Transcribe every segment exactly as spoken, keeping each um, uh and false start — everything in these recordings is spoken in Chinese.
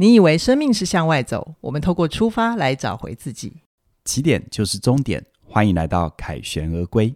你以为生命是向外走，我们透过出发来找回自己。 起点就是终点，欢迎来到凯旋而归。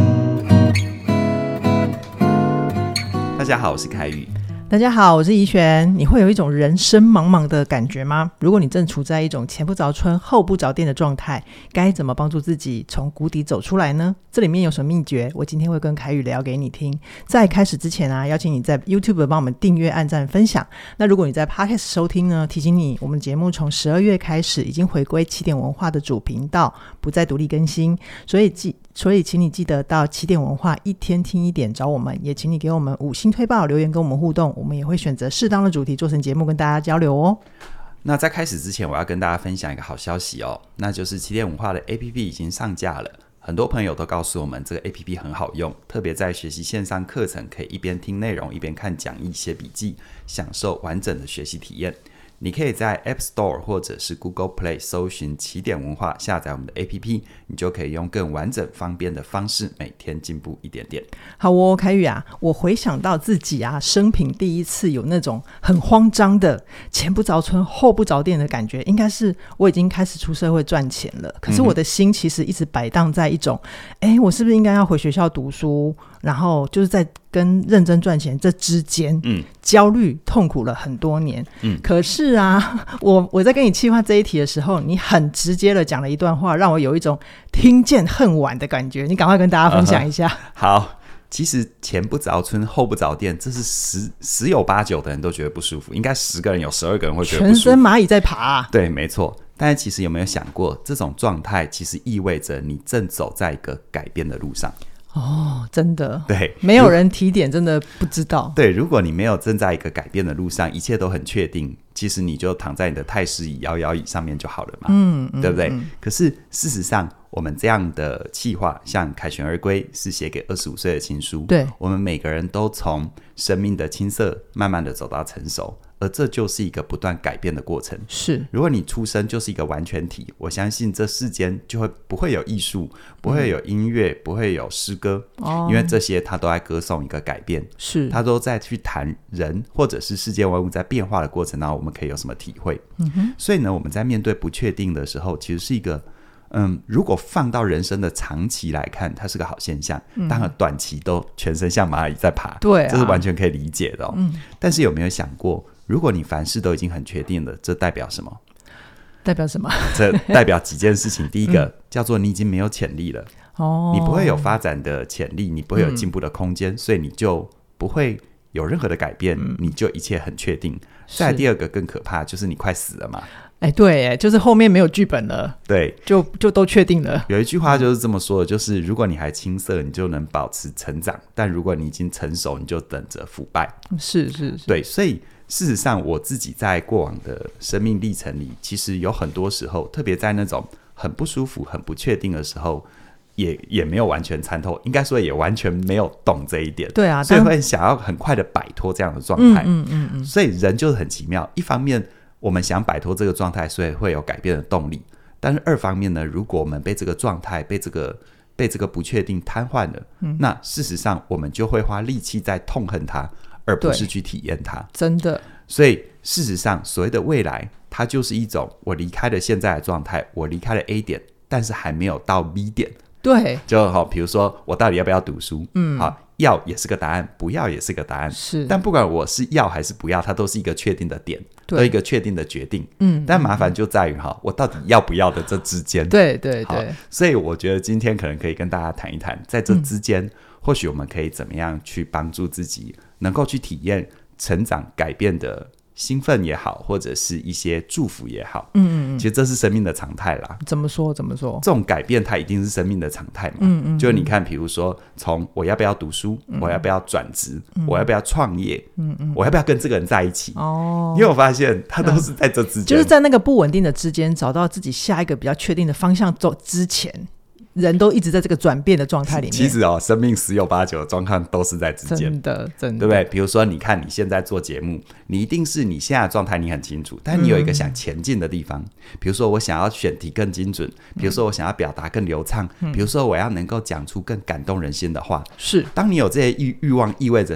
大家好，我是凯宇。 大家好，我是怡璇。你会有一种人生茫茫的感觉吗？如果你正处在一种前不着村后不着店的状态，该怎么帮助自己从谷底走出来呢？这里面有什么秘诀？我今天会跟凯宇聊给你听。在开始之前啊，邀请你在 YouTube 帮我们订阅、按赞、分享。那如果你在 Podcast 收听呢，提醒你，我们节目从十二月开始已经回归起点文化的主频道，不再独立更新，所以记所以请你记得到起点文化一天听一点找我们，也请你给我们五星推报，留言跟我们互动，我们也会选择适当的主题做成节目跟大家交流哦。 那在开始之前，我要跟大家分享一个好消息哦，那就是起点文化的 A P P 已经上架了。很多朋友都告诉我们这个 A P P 很好用，特别在学习线上课程，可以一边听内容一边看讲义写笔记，享受完整的学习体验。你可以在 App Store 或者是 Google Play 搜寻起点文化，下载我们的 A P P， 你就可以用更完整方便的方式每天进步一点点。 好哦，凯宇啊，我回想到自己啊生平第一次有那种很慌张的前不着村后不着店的感觉，应该是我已经开始出社会赚钱了，可是我的心其实一直摆荡在一种哎、嗯，我是不是应该要回学校读书，然后就是在跟认真赚钱这之间、嗯、焦虑痛苦了很多年、嗯、可是啊我我在跟你企划这一题的时候，你很直接的讲了一段话，让我有一种听见恨晚的感觉，你赶快跟大家分享一下、uh-huh. 好，其实前不着村后不着店，这是十十有八九的人都觉得不舒服，应该十个人有十二个人会觉得不舒服， 全身蚂蚁在爬、啊、 对，没错。但是其实有没有想过，这种状态其实意味着你正走在一个改变的路上。 哦，真的， 对， 没有人提点，真的不知道。 对，如果你没有正在一个改变的路上，一切都很确定，其实你就躺在你的太师椅、摇摇椅上面就好了嘛，嗯，对不对、嗯嗯？可是事实上，我们这样的企划，像凯旋而归，是写给二十五岁的情书。对，我们每个人都从生命的青涩，慢慢的走到成熟。而这就是一个不断改变的过程。是，如果你出生就是一个完全体，我相信这世间就会不会有艺术，不会有音乐、嗯、不会有诗歌、哦、因为这些它都在歌颂一个改变，是，它都在去谈人或者是世界万物在变化的过程，然后我们可以有什么体会、嗯、哼，所以呢，我们在面对不确定的时候，其实是一个嗯，如果放到人生的长期来看，它是个好现象、嗯、当然短期都全身像蚂蚁在爬，对、啊，这是完全可以理解的、哦嗯、但是有没有想过，如果你凡事都已经很确定了，这代表什么？ 代表什么？ 这代表几件事情。第一个、嗯、叫做你已经没有潜力了、哦、你不会有发展的潜力，你不会有进步的空间、嗯、所以你就不会有任何的改变、嗯、你就一切很确定。再来第二个更可怕，就是你快死了嘛。 哎，对，就是后面没有剧本了，对，就就都确定了。 有一句话就是这么说的，就是如果你还青涩，你就能保持成长；但如果你已经成熟，你就等着腐败。是是是，对，所以事实上，我自己在过往的生命历程里，其实有很多时候，特别在那种很不舒服、很不确定的时候，也也没有完全参透，应该说也完全没有懂这一点。对啊，所以会想要很快的摆脱这样的状态。嗯嗯嗯，所以人就是很奇妙，一方面我们想摆脱这个状态，所以会有改变的动力，但是二方面呢，如果我们被这个状态、被这个被这个不确定瘫痪了、嗯、那事实上我们就会花力气在痛恨它，而不是去体验它。真的，所以事实上所谓的未来，它就是一种我离开了现在的状态，我离开了 A 点，但是还没有到 B 点。对，就好，比如说我到底要不要读书？嗯，好，要也是个答案，不要也是个答案。是，但不管我是要还是不要，它都是一个确定的点，都一个确定的决定。嗯，但麻烦就在于哈，我到底要不要的这之间。对对对，所以我觉得今天可能可以跟大家谈一谈，在这之间、嗯，或许我们可以怎么样去帮助自己，能够去体验成长、改变的兴奋也好，或者是一些祝福也好，嗯嗯，其实这是生命的常态啦。怎么说？怎么说？这种改变它一定是生命的常态嘛。嗯嗯，就你看，比如说，从我要不要读书，嗯、我要不要转职、嗯，我要不要创业，嗯嗯，我要不要跟这个人在一起？哦，你有发现，它都是在这之间、嗯， 就是在那个不稳定的之间，找到自己下一个比较确定的方向走之前。人都一直在这个转变的状态里面。 其实哦，生命十有八九的状况都是在之间，真的真的，对不对？比如说，你看你现在做节目，你一定是你现在的状态你很清楚，但你有一个想前进的地方、嗯、比如说我想要选题更精准，比如说我想要表达更流畅、嗯、比如说我要能够讲出更感动人心的话。是，当你有这些欲欲望，意味着什么？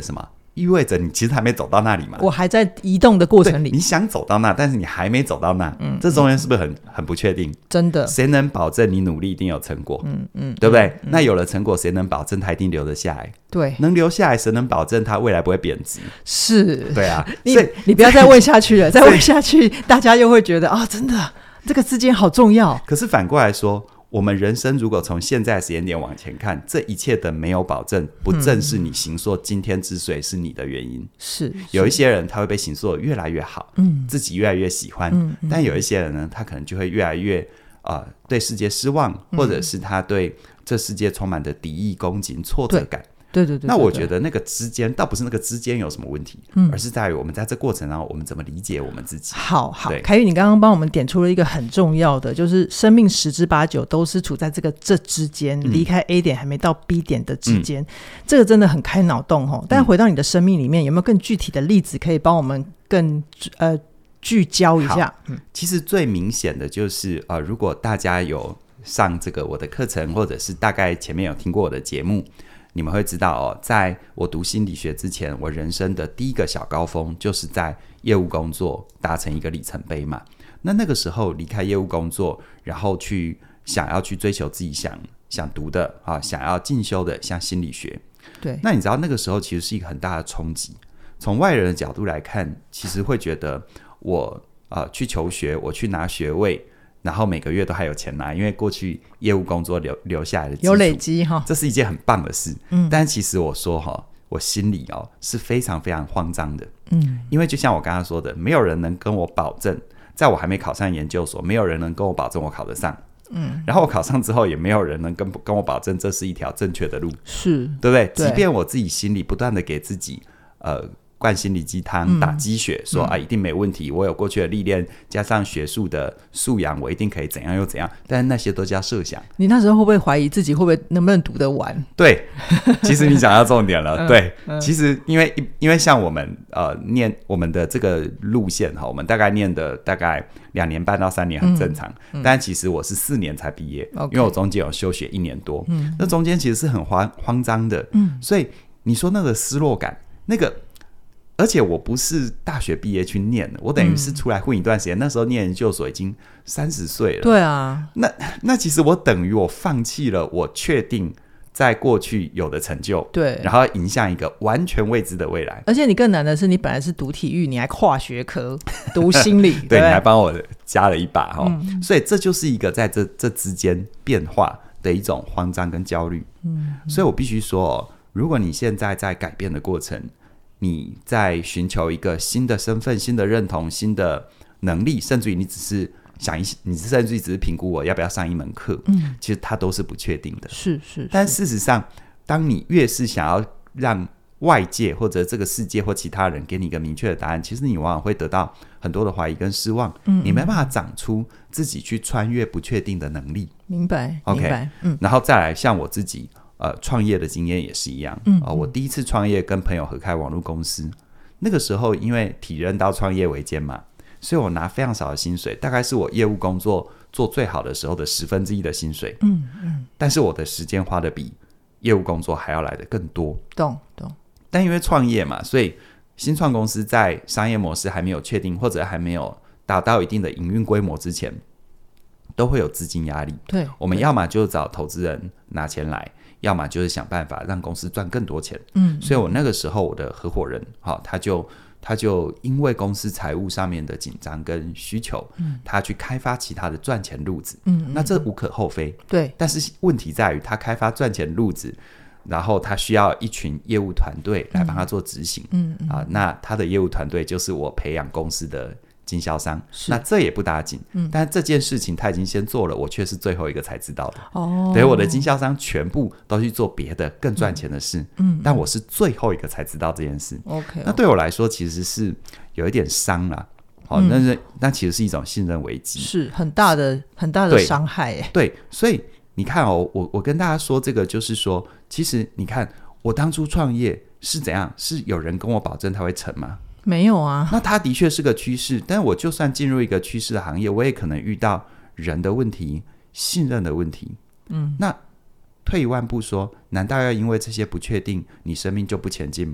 意味着你其实还没走到那里嘛， 我还在移动的过程里。 你想走到那，但是你还没走到那，嗯，这中间是不是很很不确定？ 真的， 谁能保证你努力一定有成果？嗯嗯，对不对？嗯、那有了成果，谁能保证它一定留得下来？ 对， 能留下来，谁能保证它未来不会贬值？ 是， 对啊， 你你不要再问下去了，再问下去，大家又会觉得啊、哦，真的这个之间好重要。 可是反过来说，我们人生如果从现在时间点往前看，这一切的没有保证，不正是你形塑今天之所以是你的原因？是，有一些人他会被形塑的越来越好，嗯，自己越来越喜欢，嗯嗯、但有一些人呢，他可能就会越来越呃对世界失望，或者是他对这世界充满的敌意、攻击、挫折感。 对对 对, 对, 对, 对， 那我觉得那个之间倒不是那个之间有什么问题、嗯、而是在于我们在这过程当中我们怎么理解我们自己。 好好，凯宇你刚刚帮我们点出了一个很重要的，就是生命十之八九都是处在这个这之间，离、嗯、开 A 点还没到 B 点的之间、嗯、这个真的很开脑洞、哦、但回到你的生命里面、嗯、有没有更具体的例子可以帮我们更呃聚焦一下？ 嗯、其实最明显的就是呃，如果大家有上这个我的课程，或者是大概前面有听过我的节目，你们会知道哦，在我读心理学之前，我人生的第一个小高峰就是在业务工作达成一个里程碑嘛。那那个时候离开业务工作，然后去想要去追求自己想想读的啊，想要进修的，像心理学。 对， 那你知道那个时候其实是一个很大的冲击。从外人的角度来看，其实会觉得我呃去求学，我去拿学位。然后每个月都还有钱拿，因为过去业务工作 留, 留下来的基础有累积哈， 这是一件很棒的事。嗯，但其实我说哈，我心里哦是非常非常慌张的。嗯，因为就像我刚刚说的，没有人能跟我保证，在我还没考上研究所，没有人能跟我保证我考得上。嗯，然后我考上之后，也没有人能 跟, 跟我保证这是一条正确的路， 是对不对？ 对， 即便我自己心里不断的给自己呃。灌心理鸡汤，打鸡血、嗯、说啊一定没问题，我有过去的历练加上学术的素养，我一定可以怎样又怎样，但是那些都叫设想。 你那时候会不会怀疑自己会不会能不能读得完？ 对，其实你讲到重点了、嗯、对、嗯、其实因为因为像我们呃念我们的这个路线我们大概念的大概两年半到三年很正常、嗯嗯、但其实我是四年才毕业、okay. 因为我中间有休学一年多、嗯、那中间其实是很慌慌张的、嗯、所以你说那个失落感，那个而且我不是大学毕业去念的，我等于是出来混一段时间、嗯、那时候念研究所已经三十岁了。 对啊， 那那其实我等于我放弃了我确定在过去有的成就， 对， 然后迎向一个完全未知的未来。 而且你更难的是，你本来是读体育，你还跨学科读心理， 对，你还帮我加了一把、哦嗯、所以这就是一个在这这之间变化的一种慌张跟焦虑。嗯，所以我必须说、哦、如果你现在在改变的过程，你在寻求一个新的身份、新的认同、新的能力，甚至于你只是想一，你甚至于只是评估我要不要上一门课，嗯，其实它都是不确定的。 是 是, 是， 但事实上，当你越是想要让外界或者这个世界或其他人给你一个明确的答案，其实你往往会得到很多的怀疑跟失望。嗯，你没办法长出自己去穿越不确定的能力。 明白 ，OK， 明白。嗯， 然后再来，像我自己。呃，创业的经验也是一样。嗯、呃，我第一次创业跟朋友合开网络公司，那个时候因为体认到创业维艰嘛，所以我拿非常少的薪水，大概是我业务工作做最好的时候的十分之一的薪水。嗯嗯，但是我的时间花的比业务工作还要来的更多。 懂懂。 但因为创业嘛，所以新创公司在商业模式还没有确定，或者还没有达到一定的营运规模之前，都会有资金压力。 对， 我们要么就找投资人拿钱来，要么就是想办法让公司赚更多钱。嗯，所以我那个时候我的合伙人、哦、他就他就因为公司财务上面的紧张跟需求、嗯、他去开发其他的赚钱路子。嗯，那这无可厚非。 对， 但是问题在于他开发赚钱路子，然后他需要一群业务团队来帮他做执行。嗯嗯啊，那他的业务团队就是我培养公司的经销商，那这也不打紧、嗯、但这件事情他已经先做了，我却是最后一个才知道的。哦，等于我的经销商全部都去做别的更赚钱的事。嗯，但我是最后一个才知道这件事。 OK， 那对我来说其实是有一点伤啦。好、哦，但是那其实是一种信任危机， 是很大的很大的伤害耶。 对，所以你看哦，我我跟大家说这个就是说，其实你看我当初创业是怎样，是有人跟我保证它会成吗？ 没有啊。 那它的确是个趋势，但我就算进入一个趋势的行业，我也可能遇到人的问题、信任的问题。嗯，那退一万步说，难道要因为这些不确定，你生命就不前进吗？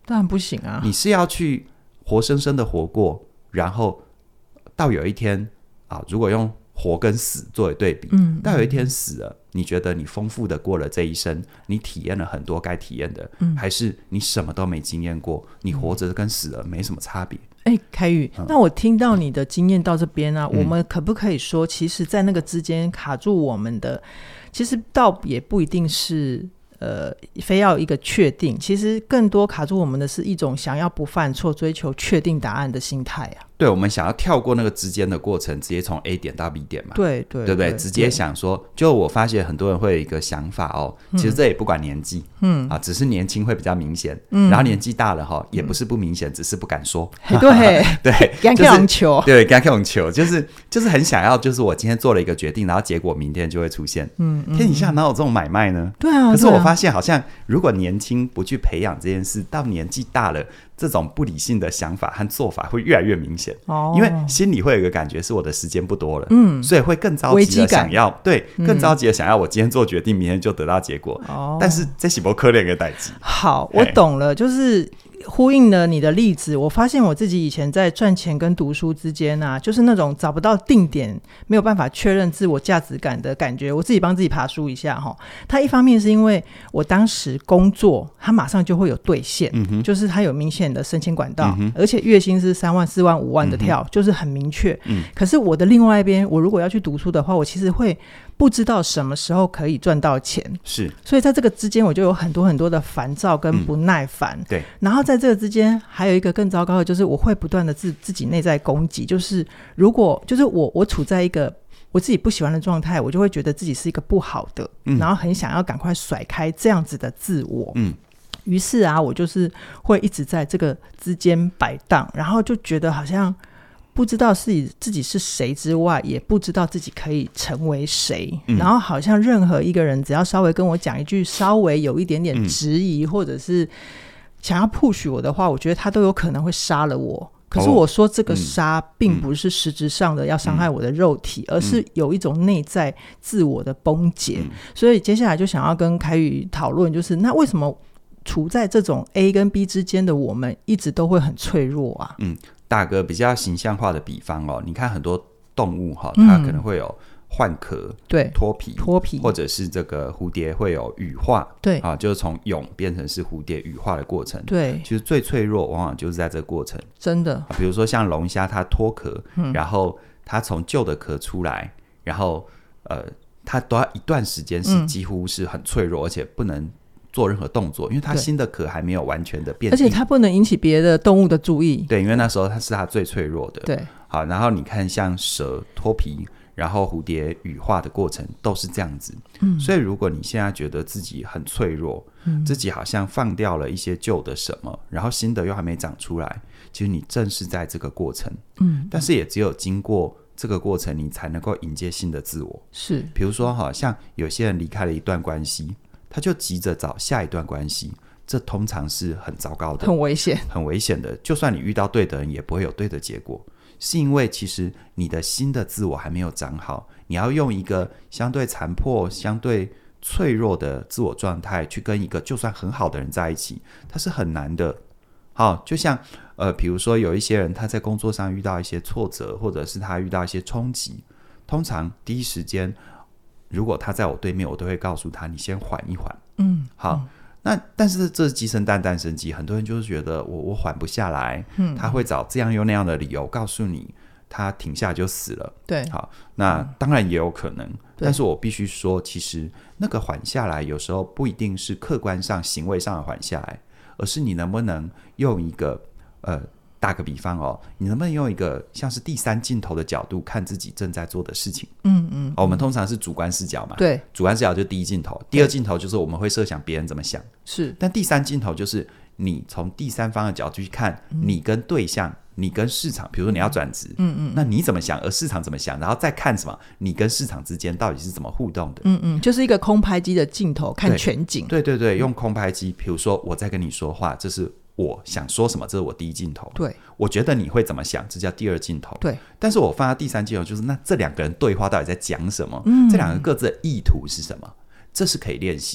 当然不行啊， 你是要去活生生的活过，然后到有一天啊，如果用活跟死作为对比，嗯，到有一天死了，你觉得你丰富的过了这一生，你体验了很多该体验的，嗯，还是你什么都没经验过，你活着跟死了没什么差别？ 哎，凯宇、嗯，那我听到你的经验到这边啊、嗯，我们可不可以说，其实在那个之间卡住我们的，其实倒也不一定是呃非要一个确定，其实更多卡住我们的是一种想要不犯错、追求确定答案的心态啊。 对，我们想要跳过那个之间的过程，直接从 A 点到 B 点嘛， 对对对不对？直接想说，就我发现很多人会有一个想法哦，其实这也不管年纪，嗯啊，只是年轻会比较明显，嗯，然后年纪大了哈、哦，也不是不明显、嗯，只是不敢说， 对对， 敢看球， 对，敢看球，就是就是很想要，就是我今天做了一个决定，然后结果明天就会出现，嗯，天底下哪有这种买卖呢？ 对啊， 可是我发现好像如果年轻不去培养这件事，到年纪大了，这种不理性的想法和做法会越来越明显，哦，因为心里会有一个感觉是我的时间不多了，嗯，所以会更着急的想要，对，更着急的想要我今天做决定，明天就得到结果，哦，但是这是不可怜的代志。 好，我懂了，就是呼应了你的例子，我发现我自己以前在赚钱跟读书之间啊，就是那种找不到定点，没有办法确认自我价值感的感觉，我自己帮自己爬梳一下齁。它一方面是因为我当时工作，它马上就会有兑现，嗯，就是它有明显的升迁管道，嗯，而且月薪是三万、四万、五万的跳，嗯，就是很明确，嗯。可是我的另外一边，我如果要去读书的话，我其实会不知道什么时候可以赚到钱， 是， 所以在这个之间我就有很多很多的烦躁跟不耐烦，嗯， 对。 然后在这个之间还有一个更糟糕的，就是我会不断的自自己内在攻击，就是如果就是我我处在一个我自己不喜欢的状态，我就会觉得自己是一个不好的，嗯，然后很想要赶快甩开这样子的自我，嗯。于是啊，我就是会一直在这个之间摆荡，然后就觉得好像不知道自己自己是谁之外，也不知道自己可以成为谁，嗯，然后好像任何一个人只要稍微跟我讲一句稍微有一点点质疑，嗯，或者是想要 push 我的话，我觉得他都有可能会杀了我。可是我说这个杀并不是实质上的要伤害我的肉体，嗯，而是有一种内在自我的崩解，嗯，所以接下来就想要跟凯宇讨论，就是那为什么处在这种 A 跟 B 之间的我们一直都会很脆弱啊？ 嗯，打个比较形象化的比方哦，你看很多动物哈，它可能会有换壳， 对， 脱皮， 脱皮， 或者是这个蝴蝶会有羽化， 对啊，就是从蛹变成是蝴蝶羽化的过程， 对， 其实最脆弱往往就是在这个过程， 真的。 比如说像龙虾，它脱壳，嗯，然后它从旧的壳出来，然后呃，它都要一段时间是几乎是很脆弱，嗯，而且不能做任何动作，因为它新的壳还没有完全的变硬， 而且它不能引起别的动物的注意， 对，因为那时候它是它最脆弱的， 对。 好，然后你看像蛇脱皮，然后蝴蝶羽化的过程都是这样子，嗯，所以如果你现在觉得自己很脆弱，嗯，自己好像放掉了一些旧的什么，然后新的又还没长出来，其实你正是在这个过程，嗯，但是也只有经过这个过程，你才能够迎接新的自我， 是。 比如说好像有些人离开了一段关系，他就急着找下一段关系，这通常是很糟糕的， 很危险， 很危险的。就算你遇到对的人，也不会有对的结果，是因为其实你的新的自我还没有长好，你要用一个相对残破、相对脆弱的自我状态去跟一个就算很好的人在一起，它是很难的。好，就像呃，比如说有一些人他在工作上遇到一些挫折，或者是他遇到一些冲击，通常第一时间，如果他在我对面，我都会告诉他，你先缓一缓。嗯，好。嗯，那但是这是鸡生蛋，蛋生鸡，很多人就是觉得我我缓不下来，嗯，他会找这样又那样的理由告诉你，他停下就死了。 对， 好，那当然也有可能，但是我必须说，其实那个缓下来，有时候不一定是客观上行为上的缓下来，而是你能不能用一个呃。打个比方哦，你能不能用一个像是第三镜头的角度看自己正在做的事情？嗯嗯、哦，我们通常是主观视角嘛， 对， 主观视角就是第一镜头，第二镜头就是我们会设想别人怎么想， 是， 但第三镜头就是你从第三方的角度去看你跟对象、嗯、你跟市场，比如说你要转职，嗯嗯，那你怎么想，而市场怎么想，然后再看什么，你跟市场之间到底是怎么互动的？ 嗯嗯，就是一个空拍机的镜头看全景， 对对 对, 对，用空拍机，比如说我在跟你说话，这是我想说什么，这是我第一镜头， 对， 我觉得你会怎么想，这叫第二镜头， 对， 但是我放到第三镜头，就是那这两个人对话到底在讲什么、嗯、这两个各自的意图是什么，这是可以练习的。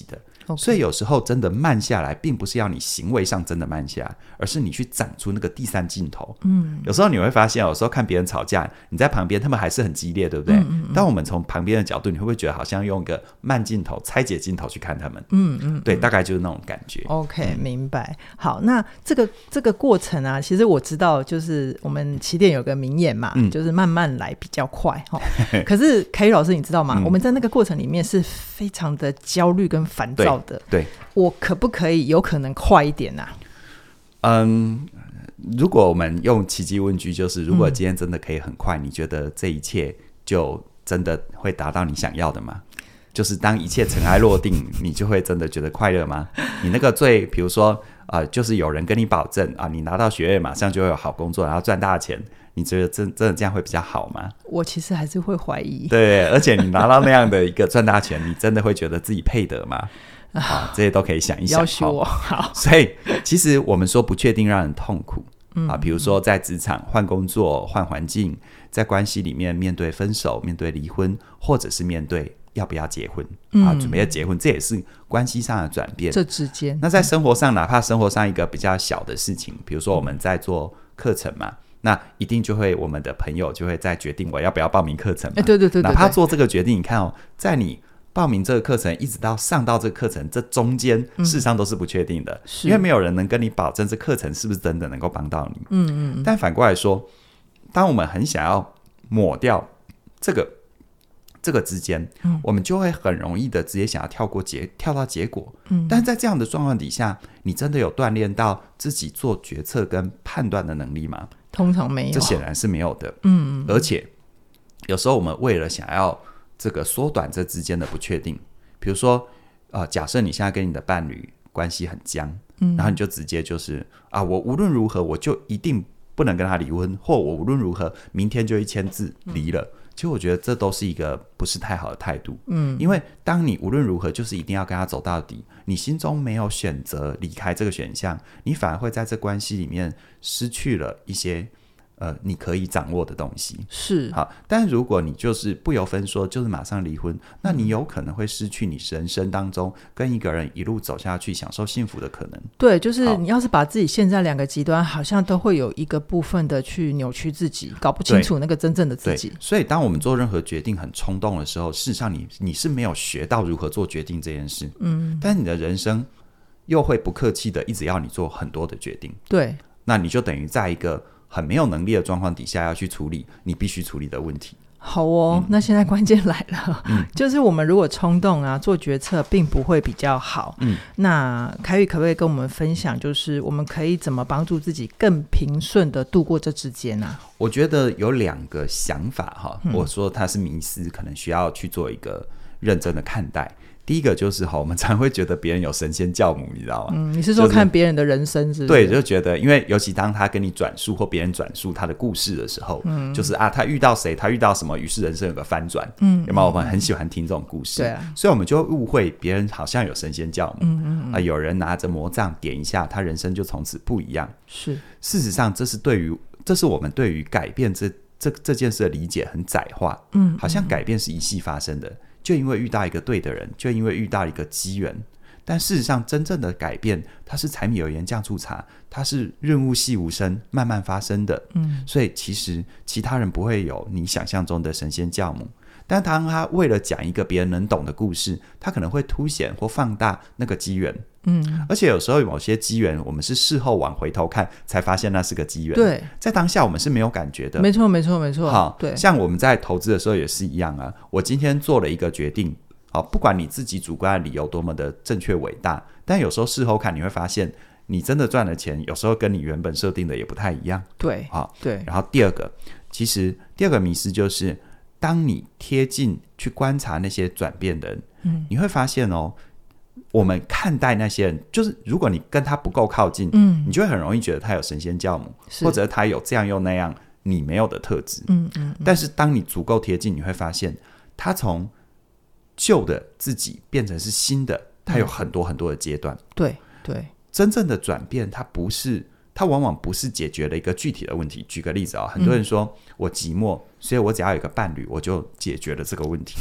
Okay. 所以有时候真的慢下来并不是要你行为上真的慢下来，而是你去长出那个第三镜头。嗯，有时候你会发现有时候看别人吵架，你在旁边他们还是很激烈，对不对？嗯嗯嗯，但我们从旁边的角度，你会不会觉得好像用一个慢镜头拆解镜头去看他们？嗯 嗯, 嗯，对，大概就是那种感觉。 OK、嗯、明白。好，那这个这个过程啊，其实我知道就是我们起点有个名言嘛、嗯、就是慢慢来比较快、哦、可是凯宇老师你知道吗、嗯、我们在那个过程里面是非常的焦虑跟烦躁的。 对, 对， 我可不可以有可能快一点啊？ 嗯，如果我们用奇迹问句，就是如果今天真的可以很快、嗯、你觉得这一切就真的会达到你想要的吗？就是当一切尘埃落定你就会真的觉得快乐吗？你那个最比如说、呃、就是有人跟你保证啊，你拿到学位马上就会有好工作然后赚大钱，你觉得 真, 真的这样会比较好吗？ 我其实还是会怀疑。 对，而且你拿到那样的一个赚大钱你真的会觉得自己配得吗？啊，这些都可以想一想。 要求我好。 所以其实我们说不确定让人痛苦、嗯、啊，比如说在职场换工作换环境，在关系里面面对分手面对离婚，或者是面对要不要结婚、嗯、啊，准备要结婚，这也是关系上的转变。 这之间那在生活上、嗯、哪怕生活上一个比较小的事情，比如说我们在做课程嘛、嗯，那一定就会我们的朋友就会在决定我要不要报名课程嘛、 欸、对对 对, 对, 对， 哪怕做这个决定，你看哦，在你报名这个课程一直到上到这个课程，这中间事实上都是不确定的、嗯、因为没有人能跟你保证这课程是不是真的能够帮到你。嗯嗯嗯。但反过来说，当我们很想要抹掉这个这个之间、嗯、我们就会很容易的直接想要跳过结跳到结果、嗯、但在这样的状况底下，你真的有锻炼到自己做决策跟判断的能力吗？ 通常没有， 这显然是没有的。嗯，而且有时候我们为了想要这个缩短这之间的不确定，比如说、呃、假设你现在跟你的伴侣关系很僵、嗯、然后你就直接就是啊，我无论如何我就一定不能跟他离婚，或我无论如何明天就一签字离了、嗯，其实我觉得这都是一个不是太好的态度。嗯，因为当你无论如何就是一定要跟他走到底，你心中没有选择离开这个选项，你反而会在这关系里面失去了一些呃，你可以掌握的东西。 是好，但如果你就是不由分说就是马上离婚，那你有可能会失去你人生当中跟一个人一路走下去享受幸福的可能。 对，就是你要是把自己现在两个极端好像都会有一个部分的去扭曲自己，搞不清楚那个真正的自己。 所以当我们做任何决定很冲动的时候，事实上你你是没有学到如何做决定这件事。嗯，但你的人生又会不客气的一直要你做很多的决定。 对， 那你就等于在一个很没有能力的状况底下要去处理你必须处理的问题。 好哦、嗯、那现在关键来了、嗯、就是我们如果冲动啊做决策并不会比较好。嗯，那凯宇可不可以跟我们分享，就是我们可以怎么帮助自己更平顺的度过这之间啊？ 我觉得有两个想法哈、嗯，我说它是迷思，可能需要去做一个认真的看待。第一个就是我们常会觉得别人有神仙教母，你知道吗？ 嗯，你是说、就是、看别人的人生是不是？ 对，就觉得因为尤其当他跟你转述或别人转述他的故事的时候，嗯，就是啊他遇到谁他遇到什么，于是人生有个翻转。嗯，有没有？我们很喜欢听这种故事。对啊，所以我们就会误会别人好像有神仙教母。嗯嗯嗯、啊，有人拿着魔杖点一下他人生就从此不一样。是，事实上这是对于这是我们对于改变这这这件事的理解很窄化。嗯，好像改变是一夕发生的，就因为遇到一个对的人，就因为遇到一个机缘。但事实上真正的改变它是柴米油盐酱醋茶，它是润物细无声慢慢发生的。嗯，所以其实其他人不会有你想象中的神仙教母，但当他为了讲一个别人能懂的故事，他可能会凸显或放大那个机缘。嗯，而且有时候某些机缘我们是事后往回头看才发现那是个机缘。对，在当下我们是没有感觉的。 没错没错没错。 好， 对， 像我们在投资的时候也是一样啊，我今天做了一个决定，好，不管你自己主观的理由多么的正确伟大，但有时候事后看你会发现你真的赚了钱有时候跟你原本设定的也不太一样。对，好，对。然后第二个，其实第二个迷思就是当你贴近去观察那些转变的人、嗯、你会发现哦，我们看待那些人，就是如果你跟他不够靠近、嗯、你就会很容易觉得他有神仙教母，或者他有这样又那样你没有的特质。嗯嗯嗯。但是当你足够贴近，你会发现他从旧的自己变成是新的，他有很多很多的阶段。对对，真正的转变它不是，它往往不是解决了一个具体的问题。举个例子啊、哦，很多人说、嗯、我寂寞，所以我只要有一个伴侣我就解决了这个问题。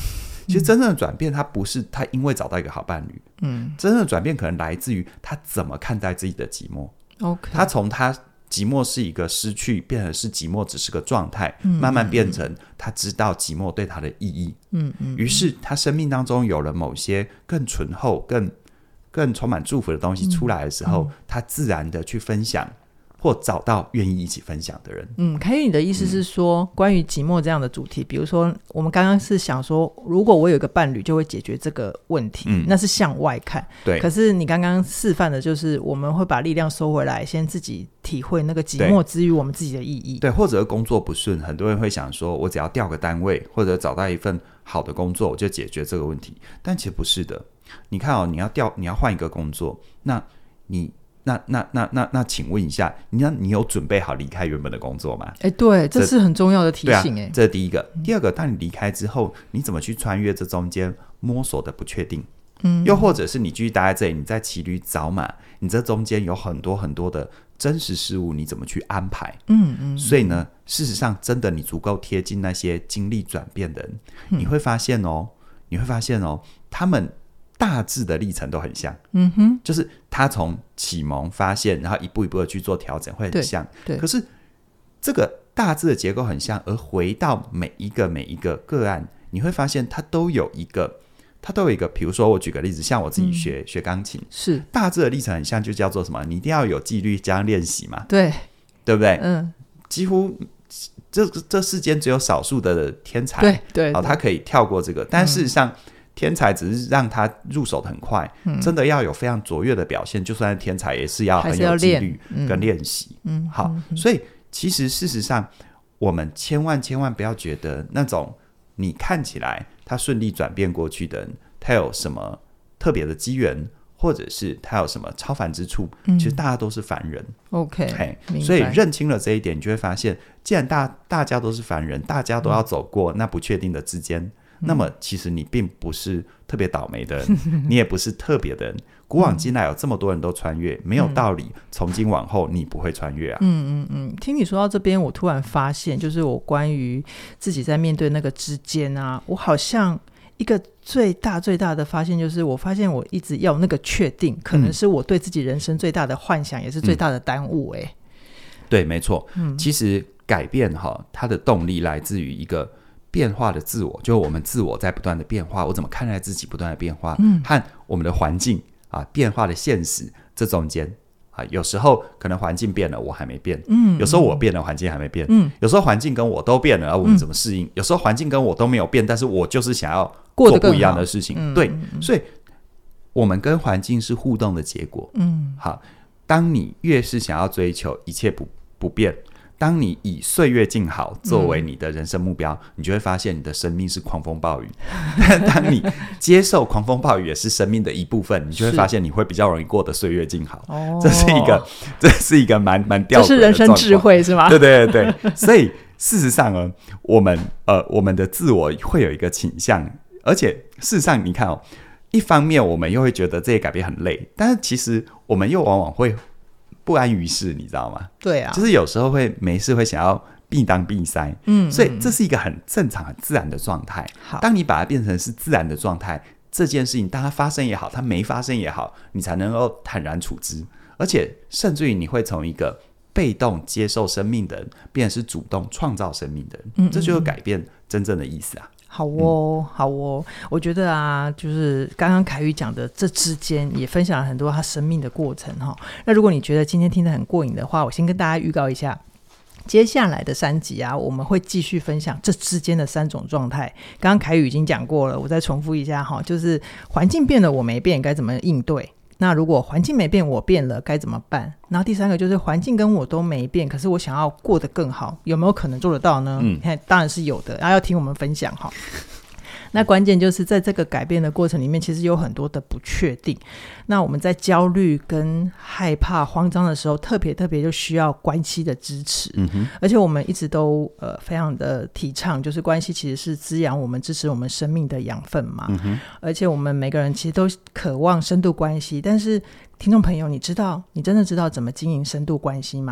其实真正的转变它不是他因为找到一个好伴侣，嗯，真正的转变可能来自于他怎么看待自己的寂寞。 OK， 他从他寂寞是一个失去变成是寂寞只是个状态、嗯、慢慢变成他知道寂寞对他的意义，嗯嗯，于是他生命当中有了某些更醇厚更更充满祝福的东西出来的时候、嗯嗯、他自然的去分享或找到愿意一起分享的人。 嗯，凯宇，你的意思是说、嗯、关于寂寞这样的主题，比如说我们刚刚是想说如果我有一个伴侣就会解决这个问题、嗯、那是向外看， 对， 可是你刚刚示范的就是我们会把力量收回来，先自己体会那个寂寞之于我们自己的意义。 对，或者工作不顺，很多人会想说我只要调个单位或者找到一份好的工作我就解决这个问题，但其实不是的。你看哦，你要调你要换一个工作，那你那那那那那请问一下，你你有准备好离开原本的工作吗？ 哎，对，这是很重要的提醒。哎、啊， 这是第一个。第二个，当你离开之后，你怎么去穿越这中间摸索的不确定？嗯，又或者是你继续待在这里，你在骑驴找马，你这中间有很多很多的真实事物，你怎么去安排？嗯嗯。所以呢，事实上，真的你足够贴近那些经历转变的人，嗯、你会发现哦，你会发现哦，他们大致的历程都很像，嗯哼，就是他从启蒙发现，然后一步一步的去做调整，会很像。对，对，可是这个大致的结构很像，而回到每一个每一个个案，你会发现它都有一个，它都有一个，比如说我举个例子，像我自己学、嗯、学钢琴，是大致的历程很像，就叫做什么？你一定要有纪律加上练习嘛， 对， 对不对？嗯，几乎这这世间只有少数的天才， 对 对, 对、哦， 他可以跳过这个，但事实上。嗯，天才只是让他入手的很快、嗯、真的要有非常卓越的表现，就算是天才也是要很有纪律跟练习、嗯、好、嗯、所以其实事实上我们千万千万不要觉得那种你看起来他顺利转变过去的人他有什么特别的机缘，或者是他有什么超凡之处、嗯、其实大家都是凡人。 OK， 所以认清了这一点，你就会发现既然 大, 大家都是凡人，大家都要走过那不确定的之间、嗯，那么其实你并不是特别倒霉的人你也不是特别的人古往今来有这么多人都穿越、嗯、没有道理从今往后你不会穿越啊。 嗯嗯嗯，听你说到这边，我突然发现就是我关于自己在面对那个之间啊，我好像一个最大最大的发现就是我发现我一直要那个确定，可能是我对自己人生最大的幻想、嗯、也是最大的耽误、欸嗯、 对，没错、嗯、其实改变它的动力来自于一个变化的自我，就是我们自我在不断的变化，我怎么看待自己不断的变化、嗯、和我们的环境啊变化的现实这中间啊，有时候可能环境变了我还没变、嗯、有时候我变了环境还没变、嗯、有时候环境跟我都变了、啊、我们怎么适应、嗯、有时候环境跟我都没有变，但是我就是想要做不一样的事情、嗯、对、嗯、所以我们跟环境是互动的结果。嗯，好，当你越是想要追求一切 不, 不变，当你以岁月静好作为你的人生目标、嗯、你就会发现你的生命是狂风暴雨但当你接受狂风暴雨也是生命的一部分，你就会发现你会比较容易过得岁月静好。这是一个这是一个蛮蛮吊诡的状况，这是人生智慧是吗？对对对对所以事实上呢，我们呃我们的自我会有一个倾向，而且事实上你看哦，一方面我们又会觉得这些改变很累，但是其实我们又往往会不安于世，你知道吗？对啊，就是有时候会没事会想要避当避塞，嗯，所以这是一个很正常很自然的状态。好，当你把它变成是自然的状态，这件事情当它发生也好，它没发生也好，你才能够坦然处之，而且甚至于你会从一个被动接受生命的人变成是主动创造生命的人，嗯嗯，这就是改变真正的意思啊。好哦、嗯、好哦，我觉得啊，就是刚刚凯宇讲的这之间也分享了很多他生命的过程哈。那如果你觉得今天听得很过瘾的话，我先跟大家预告一下接下来的三集啊，我们会继续分享这之间的三种状态。刚刚凯宇已经讲过了，我再重复一下哈，就是环境变了我没变该怎么应对，那如果环境没变我变了该怎么办，然后第三个就是环境跟我都没变，可是我想要过得更好，有没有可能做得到呢？嗯，当然是有的，然后要听我们分享哈。那关键就是在这个改变的过程里面，其实有很多的不确定，那我们在焦虑跟害怕慌张的时候，特别特别就需要关系的支持、嗯、哼而且我们一直都呃非常的提倡，就是关系其实是滋养我们支持我们生命的养分嘛、嗯、哼而且我们每个人其实都渴望深度关系，但是听众朋友你知道你真的知道怎么经营深度关系吗？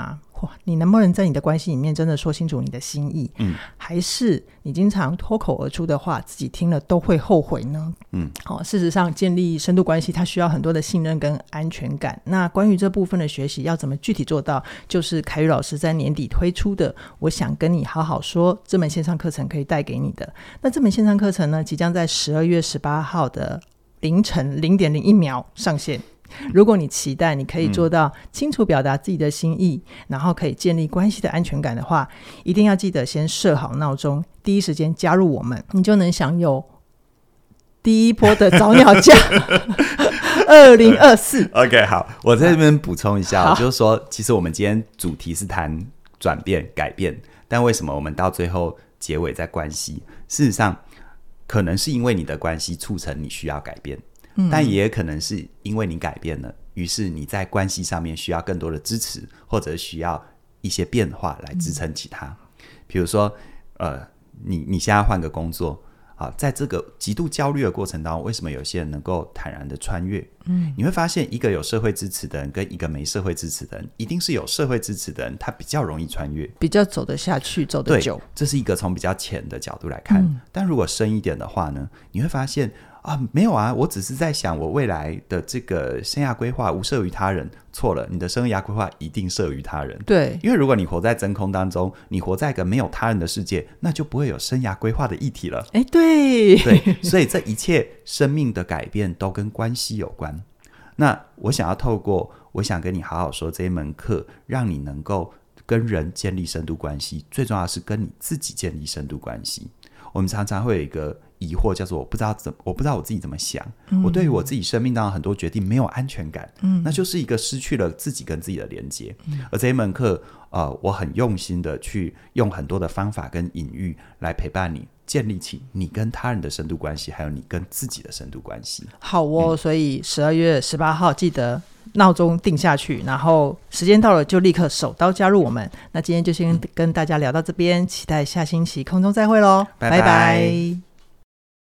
你能不能在你的关系里面真的说清楚你的心意，嗯，还是你经常脱口而出的话自己听了都会后悔呢？嗯，哦，事实上建立深度关系它需要很多的信任跟安全感，那关于这部分的学习要怎么具体做到，就是凯宇老师在年底推出的我想跟你好好说这门线上课程可以带给你的。那这门线上课程呢，即将在十二月十八号的凌晨零点零一秒上线。如果你期待你可以做到清楚表达自己的心意、嗯、然后可以建立关系的安全感的话，一定要记得先设好闹钟，第一时间加入我们，你就能享有第一波的早鸟价二零二四 OK 好，我在这边补充一下，就是说其实我们今天主题是谈转变改变，但为什么我们到最后结尾在关系，事实上可能是因为你的关系促成你需要改变，嗯、但也可能是因为你改变了，于是你在关系上面需要更多的支持，或者需要一些变化来支撑起它。比如说呃，你你现在换个工作啊，在这个极度焦虑的过程当中，为什么有些人能够坦然的穿越？嗯，你会发现一个有社会支持的人跟一个没社会支持的人，一定是有社会支持的人他比较容易穿越， 比较走得下去，走得久。 这是一个从比较浅的角度来看、嗯、但如果深一点的话呢，你会发现啊，没有啊，我只是在想我未来的这个生涯规划无涉于他人。错了，你的生涯规划一定涉于他人。 对， 因为如果你活在真空当中，你活在一个没有他人的世界，那就不会有生涯规划的议题了。 哎，对对，所以这一切生命的改变都跟关系有关。那我想要透过我想跟你好好说这一门课，让你能够跟人建立深度关系，最重要的是跟你自己建立深度关系。我们常常会有一个疑惑，叫做我不知道怎我不知道我自己怎么想、嗯、我对于我自己生命当中很多决定没有安全感、嗯、那就是一个失去了自己跟自己的连接、嗯、而这一门课呃，我很用心的去用很多的方法跟隐喻来陪伴你建立起你跟他人的深度关系，还有你跟自己的深度关系。 好哦、嗯、所以十二月十八号记得闹钟定下去，然后时间到了就立刻手刀加入我们。那今天就先跟大家聊到这边，期待下星期空中再会咯，拜拜。